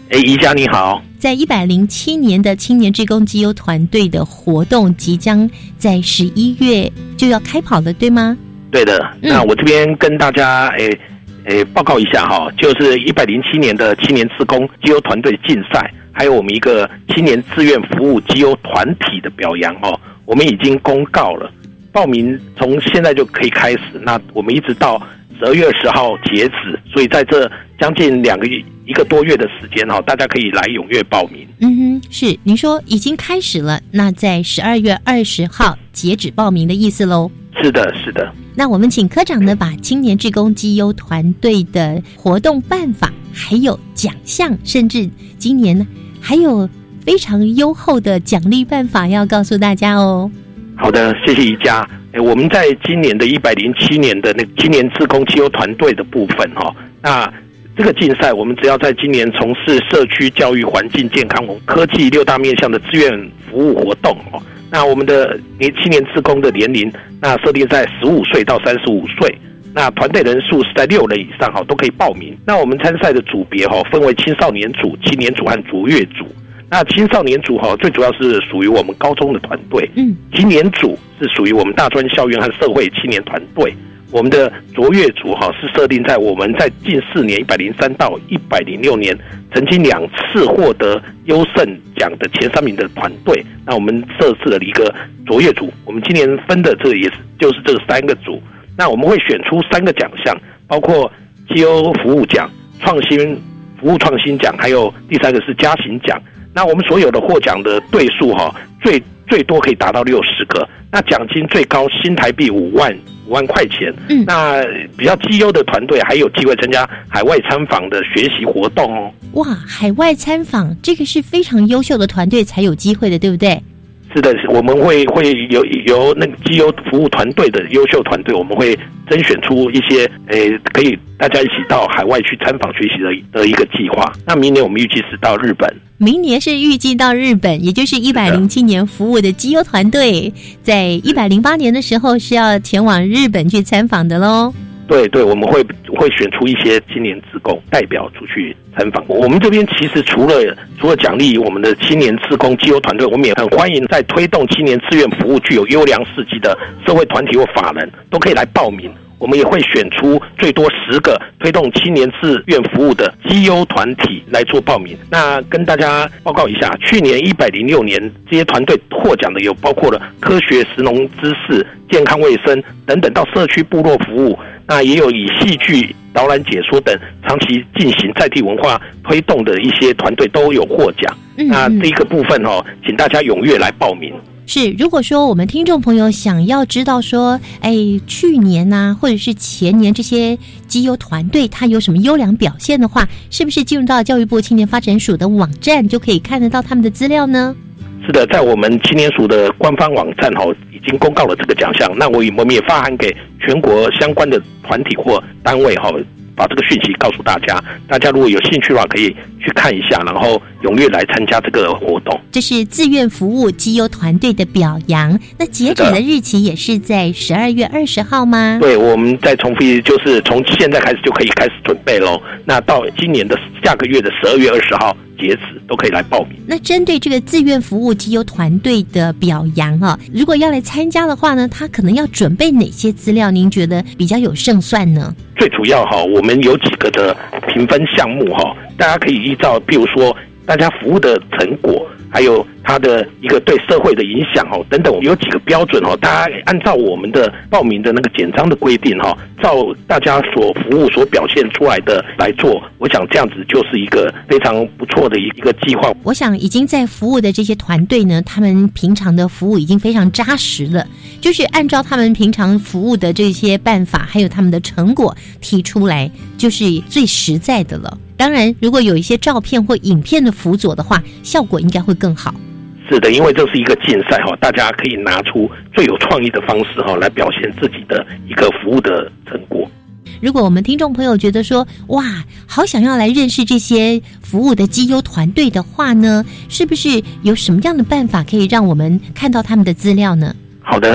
哎，宜家你好。 在一百零七年的青年志工绩优团队的活动即将在十一月就要开跑了，对吗？ 对的。那我这边跟大家诶诶报告一下哈，就是一百零七年的青年志工绩优团队竞赛，还有我们一个青年志愿服务绩优团体的表扬哦，我们已经公告了，报名从现在就可以开始。那我们一直到十二月二十号截止，所以在这将近两个月一个多月的时间哈，大家可以来踊跃报名。 嗯哼，是您说已经开始了，那在十二月二十号截止报名的意思喽？ 是的，是的。 那我们请科长呢，把青年志工绩优团队的活动办法，还有奖项，甚至今年呢还有非常优厚的奖励办法要告诉大家哦。 好的，谢谢宜家。我们在今年的一百零七年的那青年志工绩优团队的部分哈，那这个竞赛我们只要在今年从事社区教育、环境、健康、科技六大面向的志愿服务活动哦，那我们的年青年志工的年龄那设定在十五岁到三十五岁，那团队人数是在六人以上哈，都可以报名。那我们参赛的组别哈，分为青少年组、青年组和卓越组。那青少年组哈，最主要是属于我们高中的团队，嗯，青年组是属于我们大专校院和社会青年团队。我们的卓越组哈是设定在我们在近四年一百零三到一百零六年曾经两次获得优胜奖的前三名的团队。那我们设置了一个卓越组，我们今年分的这个也是就是这三个组。那我们会选出三个奖项，包括绩优服务奖、创新服务创新奖，还有第三个是嘉行奖。那我们所有的获奖的对数哈，最最多可以达到六十个，那奖金最高新台币五万五万块钱。嗯，那比较绩优的团队还有机会参加海外参访的学习活动哦。 哇，海外参访这个是非常优秀的团队才有机会的，对不对？ 是的，我们会会由由那个绩优服务团队的优秀团队，我们会甄选出一些诶可以大家一起到海外去参访学习的的一个计划。那明年我们预计是到日本。 明年是预计到日本，也就是一百零七年服务的绩优团队，在一百零八年的时候是要前往日本去参访的喽。 对对，我们会会选出一些青年志工代表出去参访。我们这边其实除了除了奖励我们的青年志工绩优团队，我们也很欢迎在推动青年志愿服务具有优良事迹的社会团体或法人都可以来报名。我们也会选出最多十个推动青年志愿服务的绩优团体来做报名。那跟大家报告一下，去年一百零六年这些团队获奖的有包括了科学、食农知识、健康卫生等等，到社区部落服务。那也有以戏剧、导览解说等长期进行在地文化推动的一些团队都有获奖。嗯嗯，那这一个部分哦，请大家踊跃来报名。 是，如果说我们听众朋友想要知道说，哎，去年呐、啊，或者是前年这些绩优团队它有什么优良表现的话，是不是进入到教育部青年发展署的网站就可以看得到他们的资料呢？ 是的，在我们青年署的官方网站哈，已经公告了这个奖项。那我我们也发函给全国相关的团体或单位哈，把这个讯息告诉大家。大家如果有兴趣的话，可以去看一下，然后踊跃来参加这个活动。 这是自愿服务绩优团队的表扬，那截止的日期也是在十二月二十号吗？ 对，我们再重复，就是从现在开始就可以开始准备咯。那到今年的下个月的十二月二十号截止，都可以来报名。 那针对这个自愿服务绩优团队的表扬啊，如果要来参加的话呢，他可能要准备哪些资料？您觉得比较有胜算呢？ 最主要哈，我们有几个的评分项目哈，大家可以依照，比如说大家服务的成果，还有它的一个对社会的影响哦，等等，有几个标准哦，大家按照我们的报名的那个简章的规定哈，照大家所服务所表现出来的来做，我想这样子就是一个非常不错的一个计划。 我想已经在服务的这些团队呢，他们平常的服务已经非常扎实了，就是按照他们平常服务的这些办法，还有他们的成果提出来，就是最实在的了。当然，如果有一些照片或影片的辅佐的话，效果应该会更好。 是的，因为这是一个竞赛哈，大家可以拿出最有创意的方式哈，来表现自己的一个服务的成果。 如果我们听众朋友觉得说，哇，好想要来认识这些服务的绩优团队的话呢，是不是有什么样的办法可以让我们看到他们的资料呢？ 好的，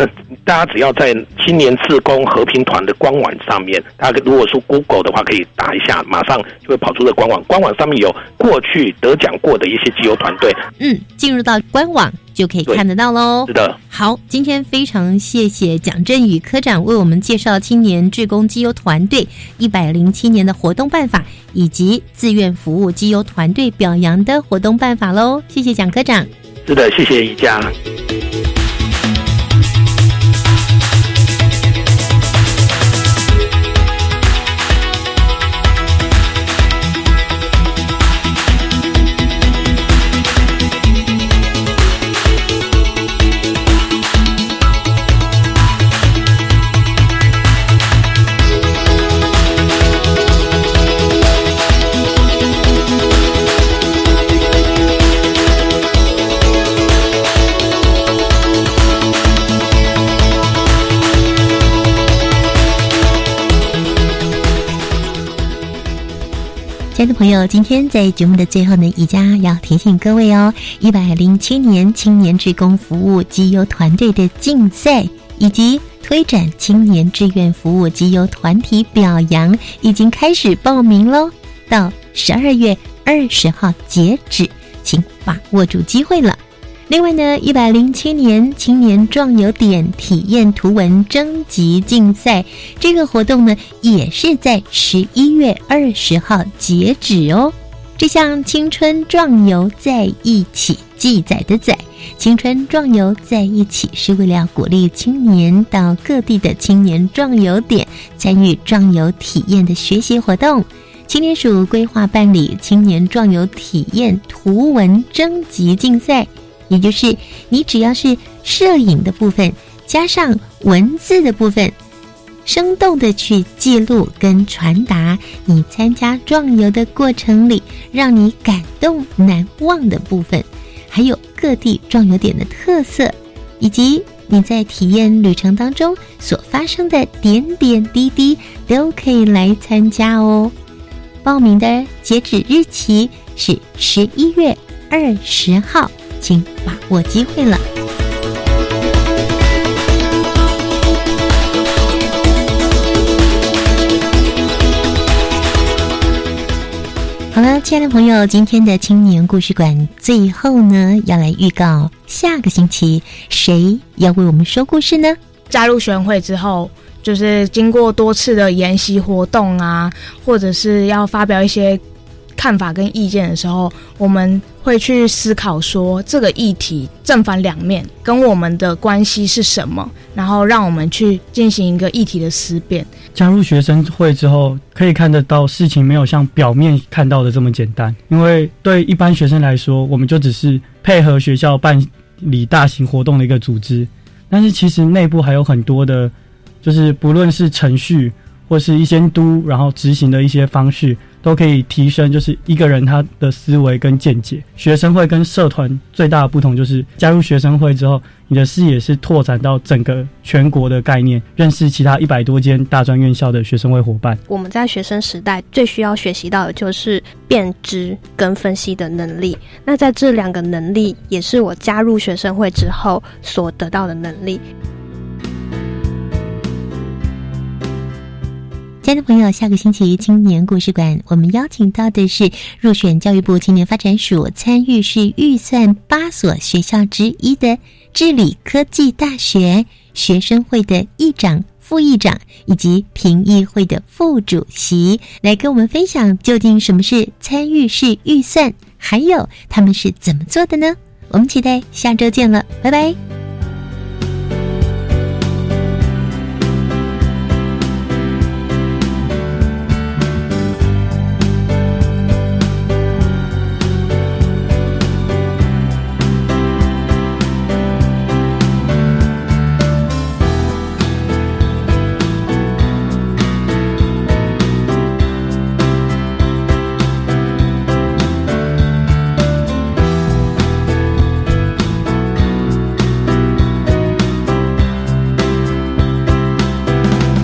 大家只要在青年志工和平团的官网上面，大家如果说 Google 的话，可以打一下，马上就会跑出的官网。官网上面有过去得奖过的一些绩优团队。 嗯，进入到官网就可以看得到咯。 是的。 好，今天非常谢谢蒋振宇科长为我们介绍青年志工绩优团队一百零七年的活动办法，以及自愿服务绩优团队表扬的活动办法咯。谢谢蒋科长。 是的，谢谢宜家。 亲爱的朋友，今天在节目的最后呢，宜家要提醒各位哦，一百零七年青年志工服务绩优团队的竞赛以及推展青年志愿服务绩优团体表扬已经开始报名咯，到十二月二十号截止，请把握住机会了。另外呢，一百零七年青年壮游点体验图文征集竞赛这个活动呢，也是在十一月二十号截止哦。这项青春壮游在一起记载的载，青春壮游在一起是为了要鼓励青年到各地的青年壮游点参与壮游体验的学习活动。青年署规划办理青年壮游体验图文征集竞赛，也就是你只要是摄影的部分加上文字的部分，生动的去记录跟传达你参加壮游的过程里让你感动难忘的部分，还有各地壮游点的特色，以及你在体验旅程当中所发生的点点滴滴都可以来参加哦。报名的截止日期是十一月二十号，请把握机会了。好了，亲爱的朋友，今天的青年故事馆最后呢，要来预告下个星期谁要为我们说故事呢？ 加入学生会之后，就是经过多次的研习活动啊，或者是要发表一些看法跟意见的时候，我们会去思考说这个议题正反两面跟我们的关系是什么，然后让我们去进行一个议题的思辨。 加入学生会之后，可以看得到事情没有像表面看到的这么简单，因为对一般学生来说，我们就只是配合学校办理大型活动的一个组织，但是其实内部还有很多的，就是不论是程序或是一些监督然后执行的一些方式，都可以提升就是一个人他的思维跟见解。学生会跟社团最大的不同就是加入学生会之后，你的视野是拓展到整个全国的概念，认识其他一百多间大专院校的学生会伙伴。 我们在学生时代最需要学习到的就是辨知跟分析的能力，那在这两个能力也是我加入学生会之后所得到的能力。 亲爱的朋友，下个星期青年故事馆我们邀请到的是入选教育部青年发展署参与式预算八所学校之一的致理科技大学学生会的议长、副议长以及评议会的副主席，来跟我们分享究竟什么是参与式预算，还有他们是怎么做的呢？我们期待下周见了，拜拜。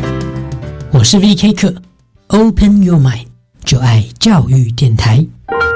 我是 V K 课 ，Open Your Mind， 就爱教育电台。